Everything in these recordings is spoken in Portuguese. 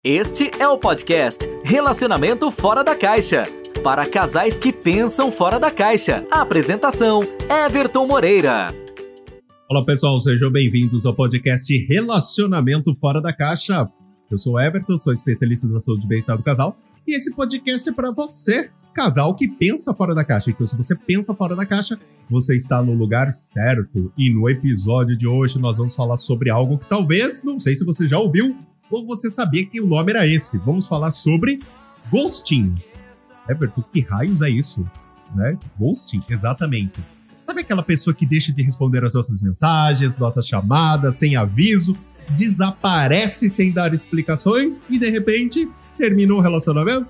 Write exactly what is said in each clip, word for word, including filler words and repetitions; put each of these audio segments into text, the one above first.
Este é o podcast Relacionamento Fora da Caixa, para casais que pensam fora da caixa. A apresentação, Everton Moreira. Olá pessoal, sejam bem-vindos ao podcast Relacionamento Fora da Caixa. Eu sou o Everton, sou especialista da saúde e bem-estar do casal, e esse podcast é para você, casal que pensa fora da caixa. Então, se você pensa fora da caixa, você está no lugar certo. E no episódio de hoje nós vamos falar sobre algo que talvez, não sei se você já ouviu, ou você sabia que o nome era esse. Vamos falar sobre ghosting. Everton, que raios é isso? Né? Ghosting, exatamente. Sabe aquela pessoa que deixa de responder as nossas mensagens, nossas chamadas, sem aviso, desaparece sem dar explicações e, de repente, termina o relacionamento?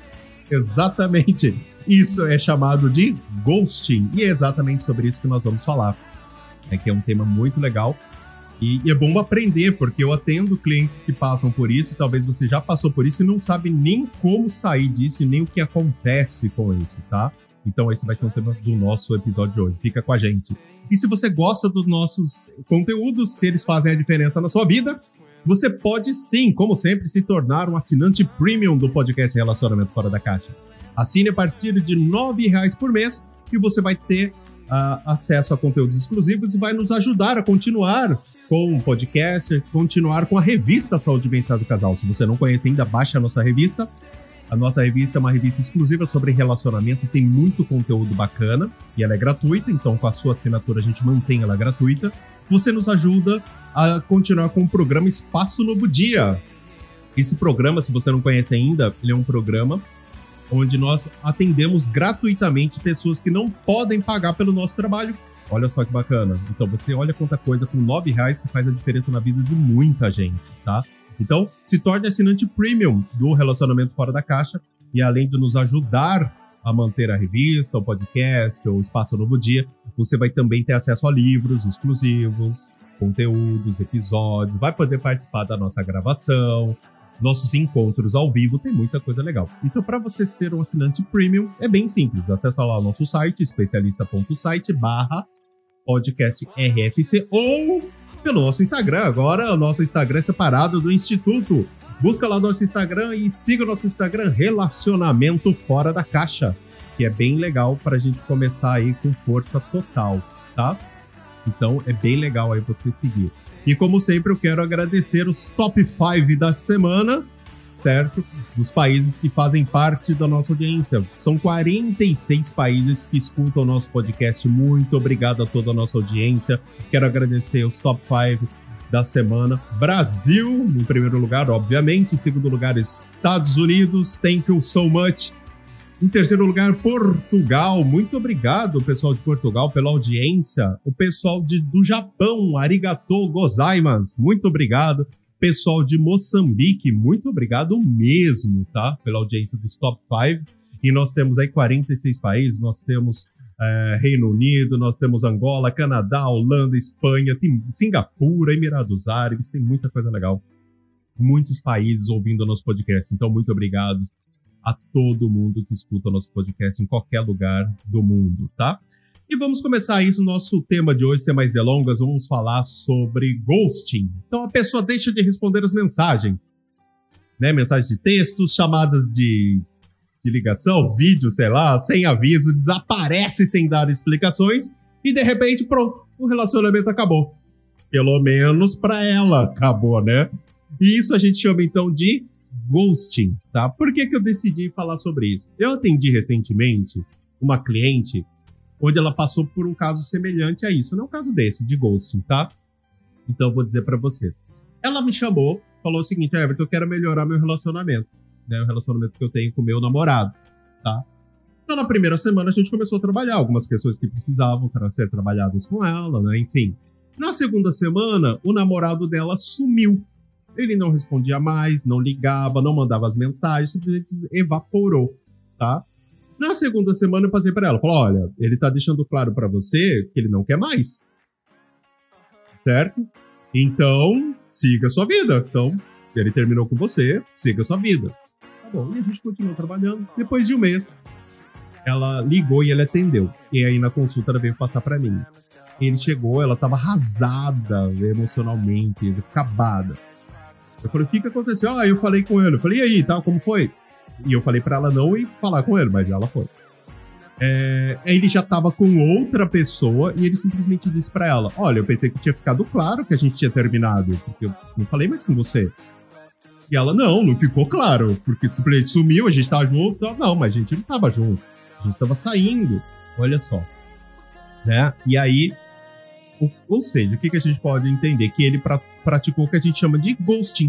Exatamente. Isso é chamado de ghosting. E é exatamente sobre isso que nós vamos falar. É que é um tema muito legal. E, e é bom aprender, porque eu atendo clientes que passam por isso, talvez você já passou por isso e não sabe nem como sair disso e nem o que acontece com isso, tá? Então esse vai ser um tema do nosso episódio de hoje. Fica com a gente. E se você gosta dos nossos conteúdos, se eles fazem a diferença na sua vida, você pode sim, como sempre, se tornar um assinante premium do podcast Relacionamento Fora da Caixa. Assine a partir de nove reais por mês e você vai ter Uh, acesso a conteúdos exclusivos e vai nos ajudar a continuar com o podcast, continuar com a revista Saúde e Bem-Estar do Casal. Se você não conhece ainda, baixe a nossa revista. A nossa revista é uma revista exclusiva sobre relacionamento, tem muito conteúdo bacana e ela é gratuita, então com a sua assinatura a gente mantém ela gratuita. Você nos ajuda a continuar com o programa Espaço Novo Dia. Esse programa, se você não conhece ainda, ele é um programa onde nós atendemos gratuitamente pessoas que não podem pagar pelo nosso trabalho. Olha só que bacana. Então você olha quanta coisa, com nove reais você faz a diferença na vida de muita gente, tá? Então se torne assinante premium do Relacionamento Fora da Caixa e além de nos ajudar a manter a revista, o podcast, o Espaço Novo Dia, você vai também ter acesso a livros exclusivos, conteúdos, episódios, vai poder participar da nossa gravação, nossos encontros ao vivo, tem muita coisa legal. Então, para você ser um assinante premium, é bem simples. Acesse lá o nosso site, especialista ponto site barra podcast R F C, ou pelo nosso Instagram. Agora, o nosso Instagram é separado do Instituto. Busca lá nosso Instagram e siga o nosso Instagram, Relacionamento Fora da Caixa, que é bem legal para a gente começar aí com força total, tá? Então, é bem legal aí você seguir. E como sempre, eu quero agradecer os top cinco da semana, certo? Dos países que fazem parte da nossa audiência. São quarenta e seis países que escutam o nosso podcast. Muito obrigado a toda a nossa audiência. Quero agradecer os top cinco da semana. Brasil, em primeiro lugar, obviamente. Em segundo lugar, Estados Unidos. Thank you so much. Em terceiro lugar, Portugal. Muito obrigado, pessoal de Portugal, pela audiência. O pessoal de, do Japão, arigatou gozaimasu. Muito obrigado. Pessoal de Moçambique, muito obrigado mesmo, tá? Pela audiência dos top cinco. E nós temos aí quarenta e seis países. Nós temos é, Reino Unido, nós temos Angola, Canadá, Holanda, Espanha, tem Singapura, Emirados Árabes. Tem muita coisa legal. Muitos países ouvindo o nosso podcast. Então, muito obrigado a todo mundo que escuta o nosso podcast em qualquer lugar do mundo, tá? E vamos começar isso, o nosso tema de hoje, sem mais delongas, vamos falar sobre ghosting. Então a pessoa deixa de responder as mensagens, né? Mensagens de textos, chamadas de, de ligação, vídeo, sei lá, sem aviso, desaparece sem dar explicações e de repente, pronto, o relacionamento acabou. Pelo menos pra ela acabou, né? E isso a gente chama então de ghosting, tá? Por que que eu decidi falar sobre isso? Eu atendi recentemente uma cliente onde ela passou por um caso semelhante a isso. Não é um caso desse, de ghosting, tá? Então eu vou dizer pra vocês. Ela me chamou, falou o seguinte: Everton, eu quero melhorar meu relacionamento, né? O relacionamento que eu tenho com meu namorado, tá? Então na primeira semana a gente começou a trabalhar algumas questões que precisavam ser trabalhadas com ela, né? Enfim. Na segunda semana, o namorado dela sumiu. Ele não respondia mais, não ligava, não mandava as mensagens, simplesmente evaporou, tá? Na segunda semana eu passei para ela, falei, olha, ele tá deixando claro para você que ele não quer mais, certo? Então, siga a sua vida. Então, ele terminou com você, siga a sua vida. Tá bom, e a gente continuou trabalhando. Depois de um mês, ela ligou e ele atendeu. E aí na consulta ela veio passar para mim. Ele chegou, ela tava arrasada emocionalmente, acabada. Eu falei, o que que aconteceu? Ah, eu falei com ele. Eu falei, e aí, tal, como foi? E eu falei pra ela não ir falar com ele, mas ela foi. É, ele já tava com outra pessoa e ele simplesmente disse pra ela, olha, eu pensei que tinha ficado claro que a gente tinha terminado, porque eu não falei mais com você. E ela, não, não ficou claro, porque simplesmente sumiu, a gente tava junto. Não, mas a gente não tava junto, a gente tava saindo. Olha só. Né? E aí, ou, ou seja, o que, que a gente pode entender? Que ele pra, praticou o que a gente chama de ghosting.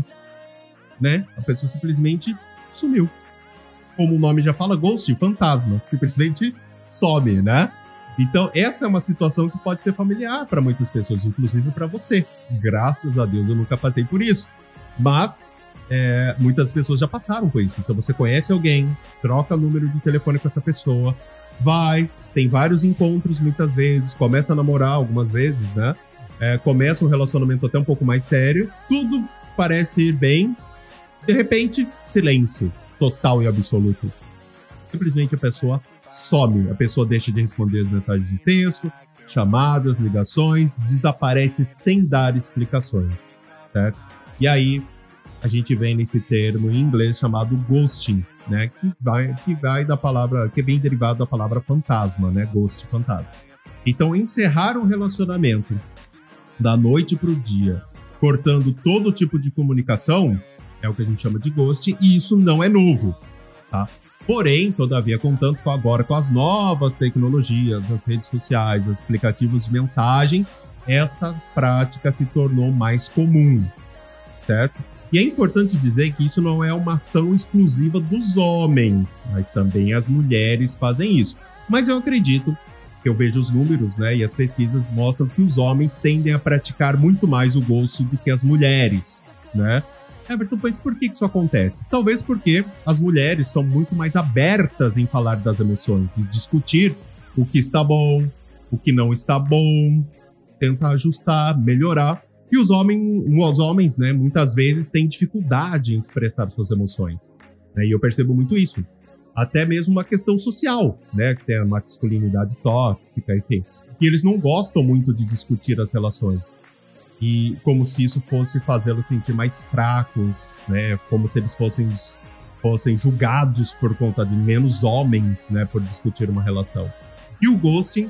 Né? A pessoa simplesmente sumiu. Como o nome já fala, ghosting, fantasma. Simplesmente some, né? Então, essa é uma situação que pode ser familiar para muitas pessoas, inclusive para você. Graças a Deus, eu nunca passei por isso. Mas, é, muitas pessoas já passaram por isso. Então, você conhece alguém, troca número de telefone com essa pessoa, vai, tem vários encontros muitas vezes, começa a namorar algumas vezes, né? É, começa um relacionamento até um pouco mais sério. Tudo parece ir bem. De repente, silêncio. Total e absoluto. Simplesmente a pessoa some. A pessoa deixa de responder as mensagens de texto, chamadas, ligações, desaparece sem dar explicações, certo? E aí, a gente vem nesse termo em inglês chamado ghosting, né? Que vai, que vai da palavra, que vem derivado da palavra fantasma, né? Ghost, fantasma. Então, encerrar um relacionamento da noite pro dia, cortando todo tipo de comunicação, é o que a gente chama de ghosting, e isso não é novo, tá? Porém, todavia, contanto com agora com as novas tecnologias, as redes sociais, os aplicativos de mensagem, essa prática se tornou mais comum, certo? E é importante dizer que isso não é uma ação exclusiva dos homens, mas também as mulheres fazem isso. Mas eu acredito, que eu vejo os números, né, e as pesquisas mostram que os homens tendem a praticar muito mais o ghosting do que as mulheres, né? Everton, mas por que isso acontece? Talvez porque as mulheres são muito mais abertas em falar das emoções, em discutir o que está bom, o que não está bom, tentar ajustar, melhorar. E os homens, os homens, né, muitas vezes têm dificuldade em expressar suas emoções. Né? E eu percebo muito isso. Até mesmo uma questão social, né, que tem a masculinidade tóxica, enfim. E eles não gostam muito de discutir as relações. E como se isso fosse fazê-los sentir mais fracos, né? Como se eles fossem, fossem julgados por conta de menos homens, né? Por discutir uma relação. E o ghosting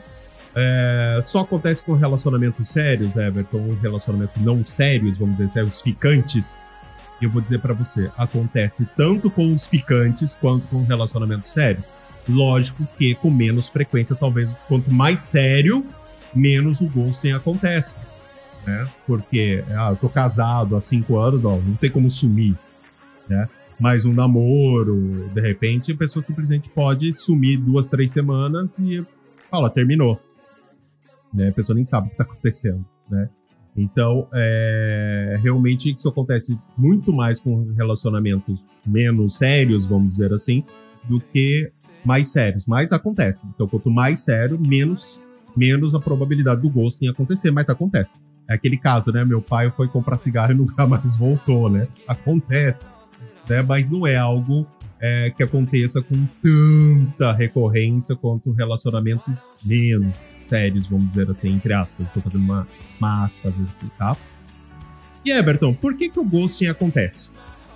é, só acontece com relacionamentos sérios, Everton, relacionamentos não sérios, vamos dizer, os ficantes. E eu vou dizer pra você, acontece tanto com os ficantes quanto com relacionamentos sérios. Lógico que com menos frequência, talvez, quanto mais sério, menos o ghosting acontece. Né? Porque ah, eu tô casado há cinco anos, não, não tem como sumir, né? Mas um namoro, de repente, a pessoa simplesmente pode sumir duas, três semanas e fala, terminou. Né? A pessoa nem sabe o que tá acontecendo, né? Então, é, realmente isso acontece muito mais com relacionamentos menos sérios, vamos dizer assim, do que mais sérios. Mas acontece. Então, quanto mais sério, menos, menos a probabilidade do ghosting acontecer, mas acontece. É aquele caso, né? Meu pai foi comprar cigarro e nunca mais voltou, né? Acontece, né? Mas não é algo é, que aconteça com tanta recorrência quanto relacionamentos menos sérios, vamos dizer assim, entre aspas. Estou fazendo uma, uma aspas aqui, tá? E, Everton, por que que o ghosting acontece?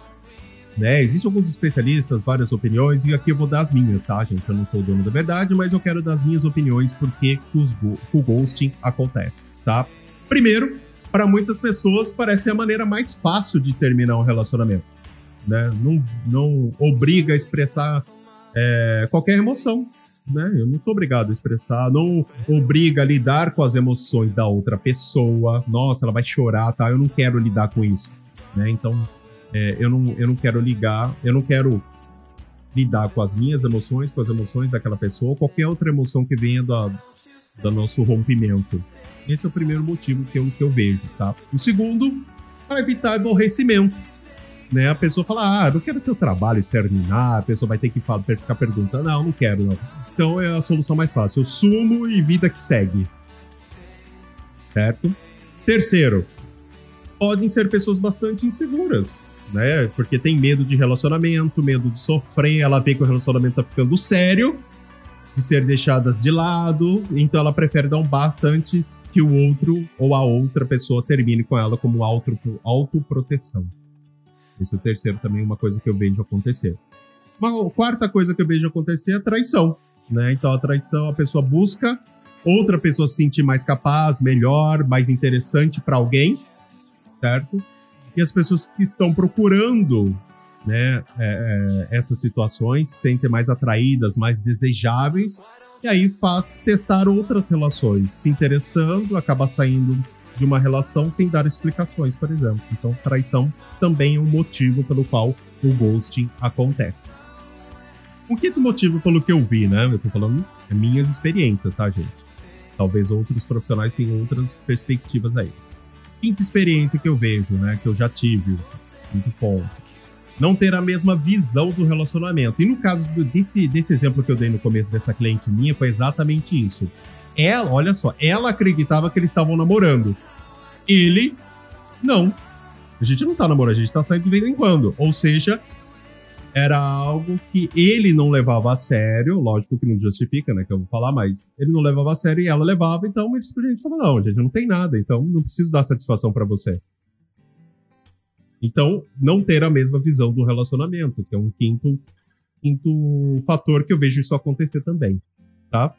Né? Existem alguns especialistas, várias opiniões, e aqui eu vou dar as minhas, tá, gente? Eu não sou o dono da verdade, mas eu quero dar as minhas opiniões por que que os go- o ghosting acontece, tá? Primeiro, para muitas pessoas, parece a maneira mais fácil de terminar um relacionamento. Né? Não, não obriga a expressar é, qualquer emoção. Né? Eu não sou obrigado a expressar, não obriga a lidar com as emoções da outra pessoa. Nossa, ela vai chorar, tá? Eu não quero lidar com isso. Né? Então, é, eu, não, eu não quero ligar, eu não quero lidar com as minhas emoções, com as emoções daquela pessoa, qualquer outra emoção que venha da, do nosso rompimento. Esse é o primeiro motivo que eu, que eu vejo, tá? O segundo, para evitar aborrecimento, né? A pessoa fala, ah, não quero teu trabalho terminar, a pessoa vai ter que falar, ficar perguntando, não, não quero, não. Então é a solução mais fácil, eu sumo e vida que segue. Certo? Terceiro, podem ser pessoas bastante inseguras, né? Porque tem medo de relacionamento, medo de sofrer, ela vê que o relacionamento tá ficando sério, de ser deixadas de lado, então ela prefere dar um basta antes que o outro ou a outra pessoa termine com ela como auto, autoproteção. Esse é o terceiro também, uma coisa que eu vejo acontecer. Uma quarta coisa que eu vejo acontecer é a traição, né? Então, a traição, a pessoa busca outra pessoa se sentir mais capaz, melhor, mais interessante para alguém, certo? E as pessoas que estão procurando, né, é, é, essas situações se sentem mais atraídas, mais desejáveis, e aí faz testar outras relações, se interessando, acaba saindo de uma relação sem dar explicações, por exemplo. Então, traição também é um motivo pelo qual o ghosting acontece. O quinto motivo pelo que eu vi, né? Eu tô falando é minhas experiências, tá, gente? Talvez outros profissionais tenham outras perspectivas aí. Quinta experiência que eu vejo, né? Que eu já tive, quinto ponto. Não ter a mesma visão do relacionamento. E no caso desse, desse exemplo que eu dei no começo dessa cliente minha, foi exatamente isso. Ela, olha só, ela acreditava que eles estavam namorando. Ele, não. A gente não tá namorando, a gente tá saindo de vez em quando. Ou seja, era algo que ele não levava a sério. Lógico que não justifica, né, que eu vou falar, mas ele não levava a sério e ela levava. Então ele simplesmente falou, não, gente, não tem nada, então não preciso dar satisfação pra você. Então, não ter a mesma visão do relacionamento, que é um quinto, quinto fator que eu vejo isso acontecer também, tá?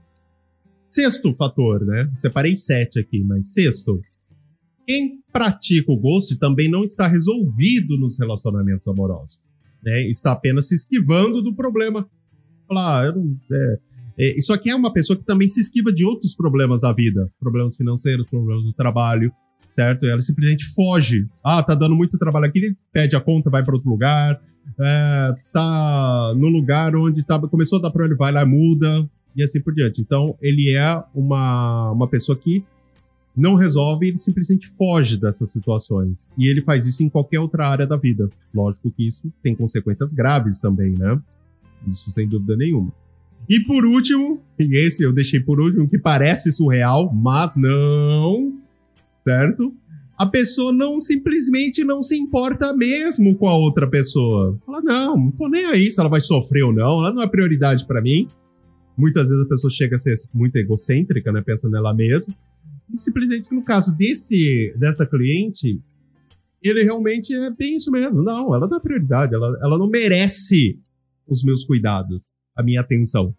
Sexto fator, né? Separei sete aqui, mas sexto. Quem pratica o ghost também não está resolvido nos relacionamentos amorosos, né? Está apenas se esquivando do problema. Falar, ah, eu não... É, é, isso aqui é uma pessoa que também se esquiva de outros problemas da vida. Problemas financeiros, problemas do trabalho, certo? E ela simplesmente foge. Ah, tá dando muito trabalho aqui, ele pede a conta, vai para outro lugar. É, tá no lugar onde tá, começou a dar problema, ele vai lá, muda, e assim por diante. Então, ele é uma, uma pessoa que não resolve, ele simplesmente foge dessas situações. E ele faz isso em qualquer outra área da vida. Lógico que isso tem consequências graves também, né? Isso sem dúvida nenhuma. E por último, e esse eu deixei por último, que parece surreal, mas não, certo? A pessoa não simplesmente não se importa mesmo com a outra pessoa. Fala, não, não tô nem aí se ela vai sofrer ou não, ela não é prioridade pra mim. Muitas vezes a pessoa chega a ser muito egocêntrica, né, pensa nela mesma. E simplesmente, no caso desse, dessa cliente, ele realmente é bem isso mesmo. Não, ela não é prioridade, ela, ela não merece os meus cuidados, a minha atenção.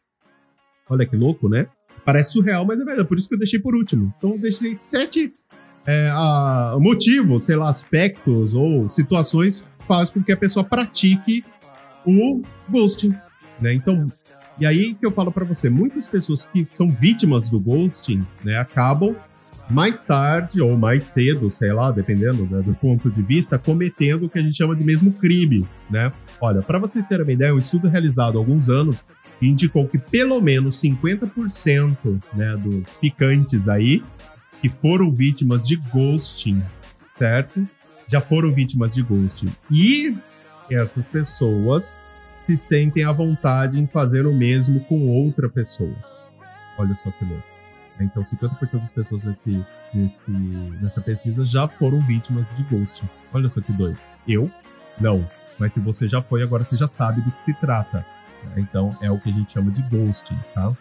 Olha que louco, né? Parece surreal, mas é verdade, por isso que eu deixei por último. Então eu deixei sete é, a, motivos, sei lá, aspectos ou situações que fazem com que a pessoa pratique o ghosting, né? Então... E aí que eu falo pra você, muitas pessoas que são vítimas do ghosting, né, acabam mais tarde ou mais cedo, sei lá, dependendo, né, do ponto de vista, cometendo o que a gente chama de mesmo crime, né? Olha, para vocês terem uma ideia, um estudo realizado há alguns anos indicou que pelo menos cinquenta por cento, né, dos ficantes aí que foram vítimas de ghosting, certo? Já foram vítimas de ghosting. E essas pessoas se sentem à vontade em fazer o mesmo com outra pessoa. Olha só que louco. Então, cinquenta por cento das pessoas nesse, nesse, nessa pesquisa já foram vítimas de ghosting. Olha só que doido. Eu? Não. Mas se você já foi, agora você já sabe do que se trata. Então, é o que a gente chama de ghosting, tá?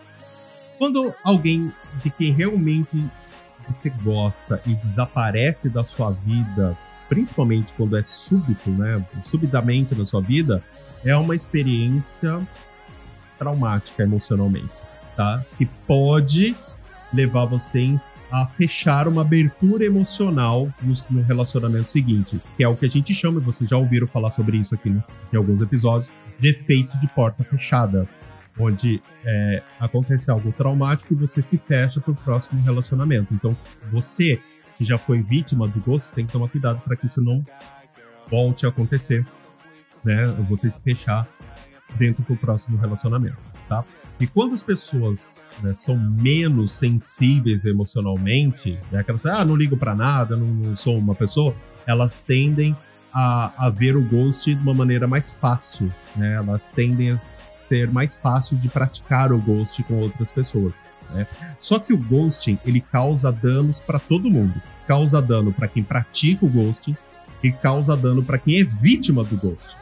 Quando alguém de quem realmente você gosta e desaparece da sua vida, principalmente quando é súbito, né? Subitamente na sua vida, é uma experiência traumática emocionalmente, tá? Que pode levar você a fechar uma abertura emocional no, no relacionamento seguinte, que é o que a gente chama, vocês já ouviram falar sobre isso aqui, né, em alguns episódios, de efeito de porta fechada, onde é, acontece algo traumático e você se fecha para o próximo relacionamento. Então, você que já foi vítima do ghosting tem que tomar cuidado para que isso não volte a acontecer, né? Você se fechar dentro do próximo relacionamento, tá? E quando as pessoas, né, são menos sensíveis emocionalmente, né, aquelas pessoas, ah, não ligo pra nada, não, não sou uma pessoa, elas tendem a, a ver o ghost de uma maneira mais fácil, né? Elas tendem a ser mais fácil de praticar o ghost com outras pessoas, né? Só que o ghosting, ele causa danos pra todo mundo. Causa dano pra quem pratica o ghosting e causa dano pra quem é vítima do ghosting.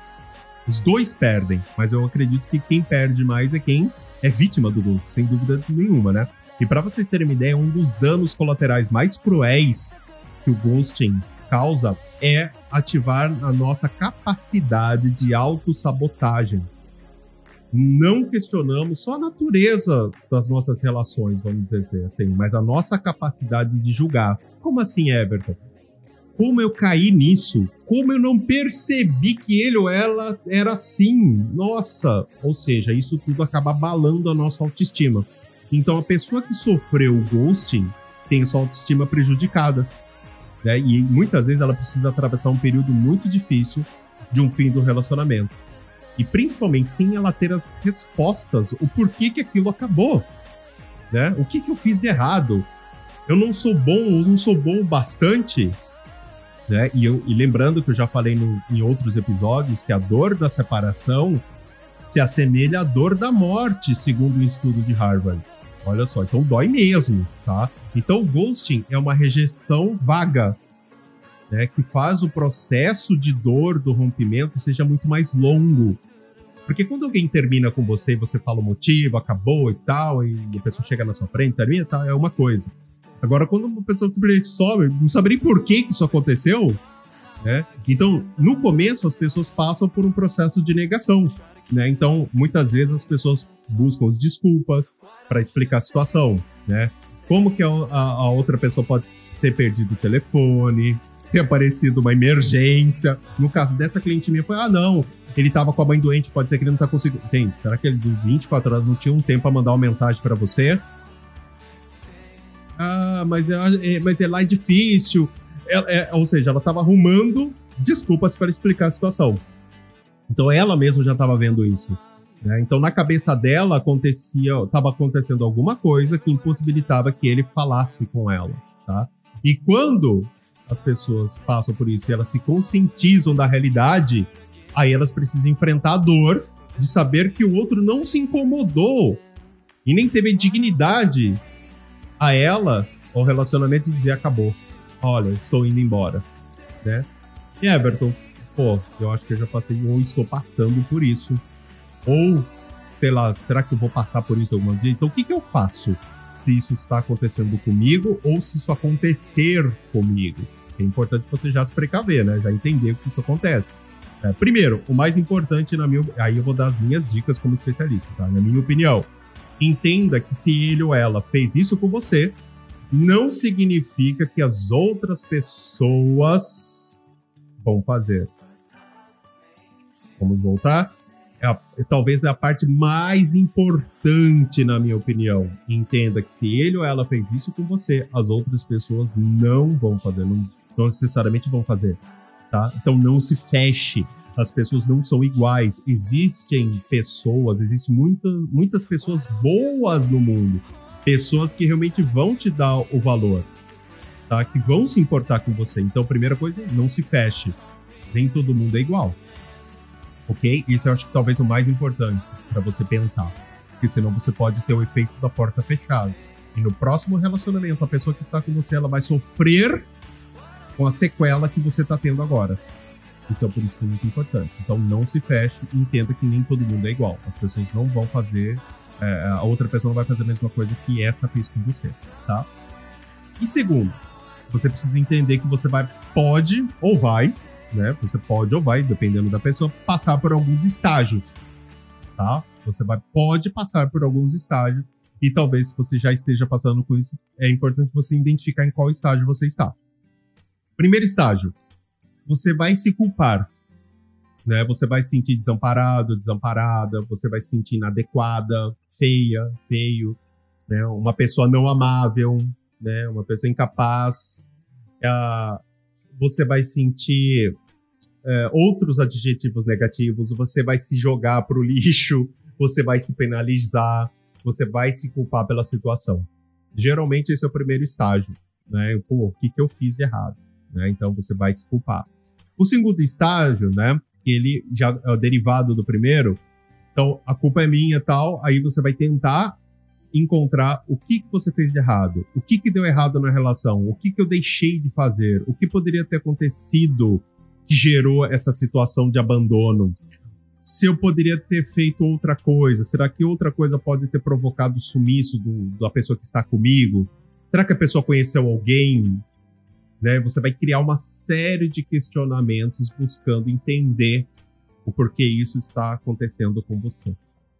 Os dois perdem, mas eu acredito que quem perde mais é quem é vítima do ghosting, sem dúvida nenhuma, né? E para vocês terem uma ideia, um dos danos colaterais mais cruéis que o ghosting causa é ativar a nossa capacidade de autossabotagem. Não questionamos só a natureza das nossas relações, vamos dizer assim, mas a nossa capacidade de julgar. Como assim, Everton? Como eu caí nisso? Como eu não percebi que ele ou ela era assim? Nossa! Ou seja, isso tudo acaba abalando a nossa autoestima. Então, a pessoa que sofreu o ghosting tem sua autoestima prejudicada, né? E muitas vezes ela precisa atravessar um período muito difícil de um fim do relacionamento. E principalmente sem ela ter as respostas, o porquê que aquilo acabou, né? O que que eu fiz de errado? Eu não sou bom, eu não sou bom o bastante, né? E, eu, e lembrando que eu já falei no, em outros episódios que a dor da separação se assemelha à dor da morte, segundo um estudo de Harvard. Olha só, então dói mesmo, tá? Então o ghosting é uma rejeição vaga, né, que faz o processo de dor do rompimento seja muito mais longo. Porque quando alguém termina com você e você fala o motivo, acabou e tal, e a pessoa chega na sua frente, termina e tal, é uma coisa. Agora, quando uma pessoa simplesmente some, não sabe nem por que que isso aconteceu, né? Então, no começo, as pessoas passam por um processo de negação, né? Então, muitas vezes as pessoas buscam desculpas para explicar a situação, né? Como que a, a, a outra pessoa pode ter perdido o telefone, ter aparecido uma emergência. No caso dessa cliente minha foi, ah, não, ele tava com a mãe doente, pode ser que ele não tá conseguindo. Gente, será que ele de vinte e quatro horas não tinha um tempo pra mandar uma mensagem pra você? Ah, mas é, é, mas é lá é difícil. É, é, ou seja, ela tava arrumando desculpas para explicar a situação. Então ela mesma já tava vendo isso, né? Então na cabeça dela acontecia, tava acontecendo alguma coisa que impossibilitava que ele falasse com ela, tá? E quando as pessoas passam por isso e elas se conscientizam da realidade, aí elas precisam enfrentar a dor de saber que o outro não se incomodou e nem teve dignidade a ela, ao relacionamento, e dizer acabou. Olha, estou indo embora, né? E Everton, pô, eu acho que eu já passei ou estou passando por isso. Ou, sei lá, será que eu vou passar por isso algum dia? Então o que que eu faço se isso está acontecendo comigo ou se isso acontecer comigo? É importante você já se precaver, né? Já entender o que isso acontece. É, primeiro, o mais importante, na minha, aí eu vou dar as minhas dicas como especialista, tá? Na minha opinião, entenda que se ele ou ela fez isso com você, não significa que as outras pessoas vão fazer. Vamos voltar? É a, talvez é a parte mais importante, na minha opinião. Entenda que se ele ou ela fez isso com você, as outras pessoas não vão fazer, não, não necessariamente vão fazer, tá? Então não se feche. As pessoas não são iguais. Existem pessoas, existem muita, muitas pessoas boas no mundo. Pessoas que realmente vão te dar o valor, tá? Que vão se importar com você. Então, primeira coisa, não se feche. Nem todo mundo é igual. Ok? Isso eu acho que talvez o mais importante para você pensar. Porque senão você pode ter o efeito da porta fechada. E no próximo relacionamento, a pessoa que está com você, ela vai sofrer com a sequela que você está tendo agora. Então, por isso que é muito importante. Então, não se feche e entenda que nem todo mundo é igual. As pessoas não vão fazer... É, a outra pessoa não vai fazer a mesma coisa que essa fez com você, tá? E segundo, você precisa entender que você vai, pode ou vai, né? Você pode ou vai, dependendo da pessoa, passar por alguns estágios, tá? Você vai, pode passar por alguns estágios e talvez se você já esteja passando com isso, é importante você identificar em qual estágio você está. Primeiro estágio, você vai se culpar, né? Você vai se sentir desamparado, desamparada, você vai se sentir inadequada, feia, feio, né? Uma pessoa não amável, né? Uma pessoa incapaz. Uh, você vai sentir uh, outros adjetivos negativos, você vai se jogar pro lixo, você vai se penalizar, você vai se culpar pela situação. Geralmente esse é o primeiro estágio, né? Pô, o que que eu fiz de errado? Né? Então você vai se culpar. O segundo estágio, né, que ele já é o derivado do primeiro, então a culpa é minha e tal, aí você vai tentar encontrar o que, que você fez de errado, o que, que deu errado na relação, o que, que eu deixei de fazer, o que poderia ter acontecido que gerou essa situação de abandono, se eu poderia ter feito outra coisa, será que outra coisa pode ter provocado o sumiço do, da pessoa que está comigo, será que a pessoa conheceu alguém né? Você vai criar uma série de questionamentos buscando entender o porquê isso está acontecendo com você,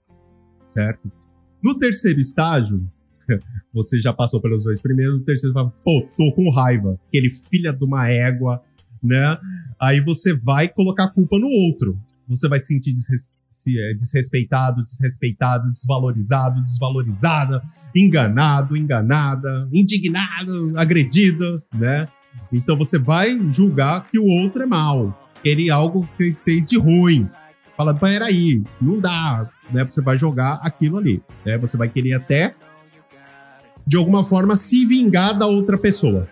certo? No terceiro estágio, você já passou pelos dois primeiros, no terceiro você fala, pô, tô com raiva, aquele filho de uma égua, né? Aí você vai colocar a culpa no outro. Você vai se sentir desres- se, é, desrespeitado, desrespeitado, desvalorizado, desvalorizada, enganado, enganada, indignado, agredido, né? Então você vai julgar que o outro é mal, que ele algo que fez de ruim. Fala, peraí, não dá, né? Você vai jogar aquilo ali, né? Você vai querer até, de alguma forma, se vingar da outra pessoa,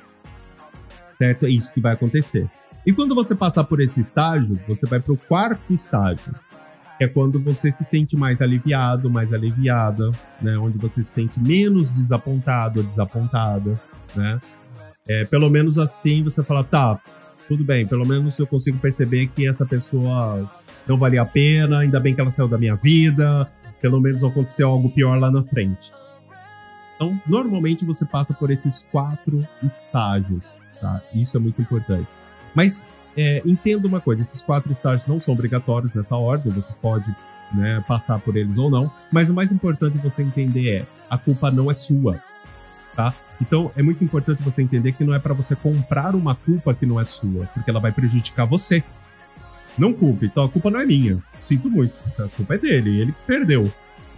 certo? É isso que vai acontecer. E quando você passar por esse estágio, você vai para o quarto estágio, que é quando você se sente mais aliviado, mais aliviada, né? Onde você se sente menos desapontado ou desapontada, né? É, pelo menos assim você fala, tá, tudo bem, pelo menos eu consigo perceber que essa pessoa não valia a pena, ainda bem que ela saiu da minha vida, pelo menos aconteceu algo pior lá na frente. Então, normalmente você passa por esses quatro estágios, tá? Isso é muito importante. Mas é, entenda uma coisa, esses quatro estágios não são obrigatórios nessa ordem, você pode, né, passar por eles ou não, mas o mais importante você entender é, a culpa não é sua, tá? Então, é muito importante você entender que não é para você comprar uma culpa que não é sua, porque ela vai prejudicar você. Não culpe, então a culpa não é minha, sinto muito, a culpa é dele, ele que perdeu.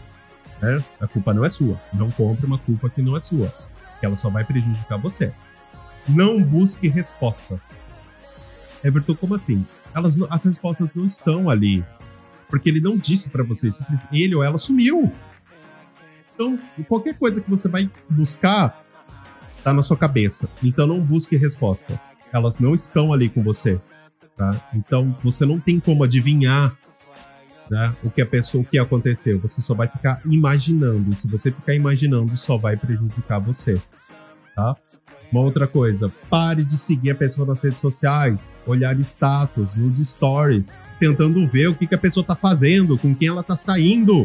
Né? A culpa não é sua, não compre uma culpa que não é sua, que ela só vai prejudicar você. Não busque respostas. Everton, como assim? Elas, as respostas não estão ali. Porque ele não disse pra você, ele ou ela sumiu. Então, qualquer coisa que você vai buscar tá na sua cabeça. Então, não busque respostas. Elas não estão ali com você. Tá? Então, você não tem como adivinhar, né, o que a pessoa, o que aconteceu. Você só vai ficar imaginando. E se você ficar imaginando, só vai prejudicar você. Tá? Uma outra coisa, pare de seguir a pessoa nas redes sociais, olhar status, nos stories, tentando ver o que, que a pessoa tá fazendo, com quem ela tá saindo.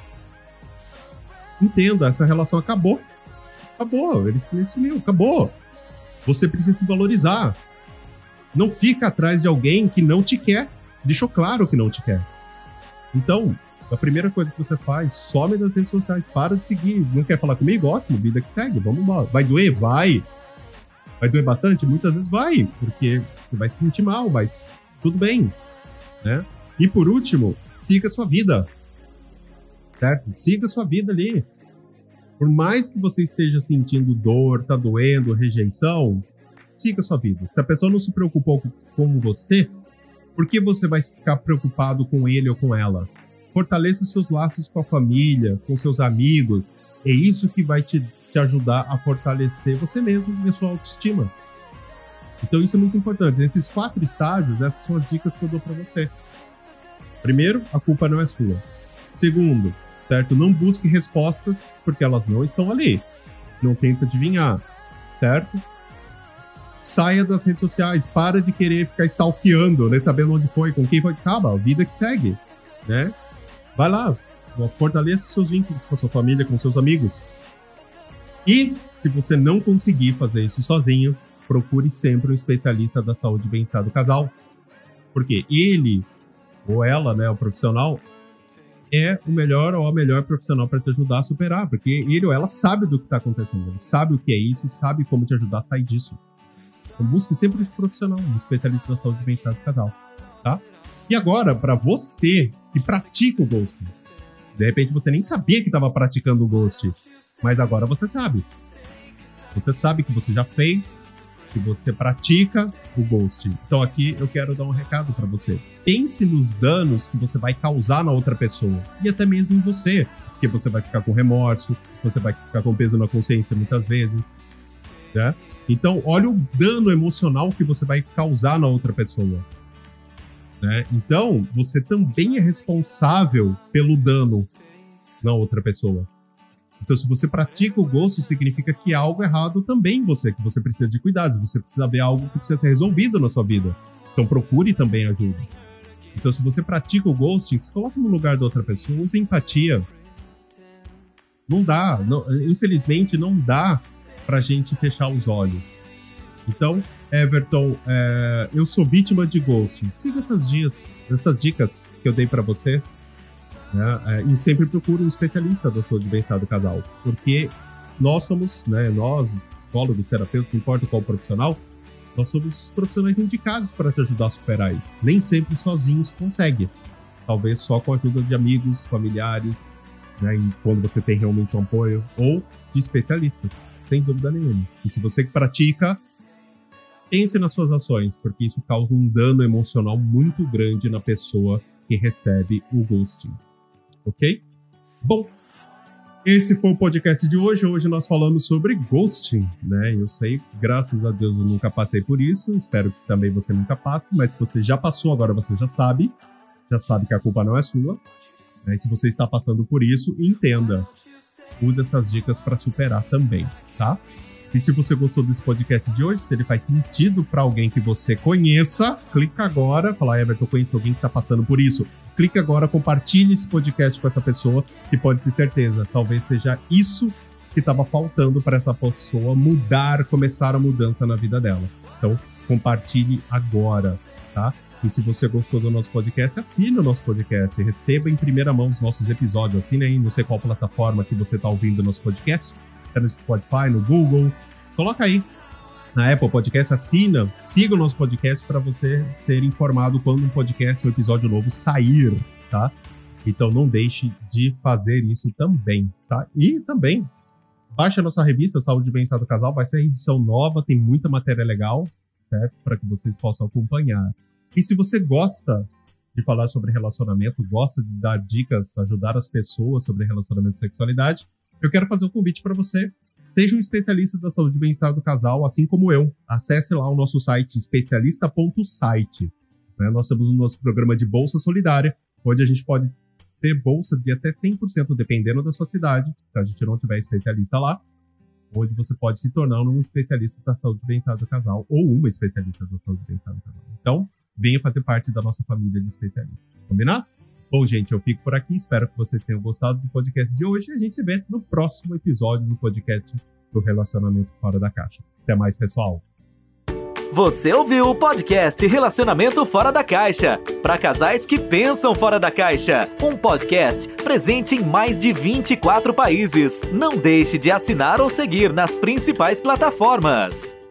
Entenda, essa relação acabou. Acabou, ele sumiu, acabou. Você precisa se valorizar. Não fica atrás de alguém que não te quer. Deixou claro que não te quer. Então, a primeira coisa que você faz, some das redes sociais, para de seguir. Não quer falar comigo? Ótimo, vida que segue, vamos embora. Vai doer? Vai. Vai doer bastante? Muitas vezes vai, porque você vai se sentir mal, mas tudo bem, né? E por último, siga a sua vida, certo? Siga a sua vida ali. Por mais que você esteja sentindo dor, tá doendo, rejeição, siga a sua vida. Se a pessoa não se preocupou com você, por que você vai ficar preocupado com ele ou com ela? Fortaleça seus laços com a família, com seus amigos. É isso que vai te, te ajudar a fortalecer você mesmo e a sua autoestima. Então isso é muito importante. Esses quatro estágios, essas são as dicas que eu dou para você. Primeiro, a culpa não é sua. Segundo, certo? Não busque respostas porque elas não estão ali. Não tenta adivinhar, certo? Saia das redes sociais, para de querer ficar stalkeando, né? Sabendo onde foi, com quem foi. Acaba, a vida que segue, né? Vai lá, fortaleça seus vínculos com a sua família, com seus amigos. E, se você não conseguir fazer isso sozinho, procure sempre um especialista da saúde e bem-estar do casal. Porque ele, ou ela, né, o profissional, é o melhor ou a melhor profissional para te ajudar a superar. Porque ele ou ela sabe do que está acontecendo, ele sabe o que é isso e sabe como te ajudar a sair disso. Então busque sempre um profissional, um especialista da saúde e bem-estar do casal, tá? E agora, para você que pratica o ghosting, de repente você nem sabia que estava praticando o ghosting, mas agora você sabe. Você sabe que você já fez, que você pratica o ghosting. Então aqui eu quero dar um recado para você. Pense nos danos que você vai causar na outra pessoa e até mesmo em você, porque você vai ficar com remorso, você vai ficar com peso na consciência muitas vezes, né? Então, olha o dano emocional que você vai causar na outra pessoa, né? Então, você também é responsável pelo dano na outra pessoa. Então, se você pratica o ghosting, significa que há algo errado também em você, que você precisa de cuidados, você precisa ver algo que precisa ser resolvido na sua vida. Então, procure também ajuda. Então, se você pratica o ghosting, se coloca no lugar da outra pessoa, use empatia. Não dá, não, infelizmente, não dá pra gente fechar os olhos. Então, Everton, é, eu sou vítima de ghosting. Siga essas, dias, essas dicas que eu dei para você, né? É, e sempre procure um especialista da saúde e bem-estar do casal, porque nós somos, né, nós, psicólogos, terapeutas, não importa qual profissional, nós somos profissionais indicados para te ajudar a superar isso. Nem sempre sozinho se consegue. Talvez só com a ajuda de amigos, familiares, né, quando você tem realmente um apoio, ou de especialistas, sem dúvida nenhuma. E se você que pratica, pense nas suas ações, porque isso causa um dano emocional muito grande na pessoa que recebe o ghosting. Ok? Bom, esse foi o podcast de hoje. Hoje nós falamos sobre ghosting, né? Eu sei, graças a Deus eu nunca passei por isso, espero que também você nunca passe, mas se você já passou, agora você já sabe, já sabe que a culpa não é sua, né? E se você está passando por isso, entenda, use essas dicas para superar também, tá? E se você gostou desse podcast de hoje, se ele faz sentido para alguém que você conheça, clica agora, fala, Everton, eu conheço alguém que está passando por isso. Clica agora, compartilhe esse podcast com essa pessoa, que pode ter certeza, talvez seja isso que estava faltando para essa pessoa mudar, começar a mudança na vida dela. Então, compartilhe agora, tá? E se você gostou do nosso podcast, assine o nosso podcast, receba em primeira mão os nossos episódios, assine aí, não sei qual plataforma que você está ouvindo o nosso podcast, tá no Spotify, no Google, coloca aí na Apple Podcast, assina, siga o nosso podcast para você ser informado quando um podcast, um episódio novo sair, tá? Então não deixe de fazer isso também, tá? E também, baixe a nossa revista Saúde e Bem-Estar do Casal, vai ser a edição nova, tem muita matéria legal, certo? Para que vocês possam acompanhar. E se você gosta de falar sobre relacionamento, gosta de dar dicas, ajudar as pessoas sobre relacionamento e sexualidade, eu quero fazer um convite para você. Seja um especialista da saúde e bem-estar do casal, assim como eu. Acesse lá o nosso site, especialista ponto site. Né? Nós temos o nosso programa de Bolsa Solidária, onde a gente pode ter bolsa de até cem por cento, dependendo da sua cidade, se a gente não tiver especialista lá, onde você pode se tornar um especialista da saúde e bem-estar do casal, ou uma especialista da saúde e bem-estar do casal. Então, venha fazer parte da nossa família de especialistas. Combinado? Bom, gente, eu fico por aqui. Espero que vocês tenham gostado do podcast de hoje. E a gente se vê no próximo episódio do podcast do Relacionamento Fora da Caixa. Até mais, pessoal. Você ouviu o podcast Relacionamento Fora da Caixa, para casais que pensam fora da caixa. Um podcast presente em mais de vinte e quatro países. Não deixe de assinar ou seguir nas principais plataformas.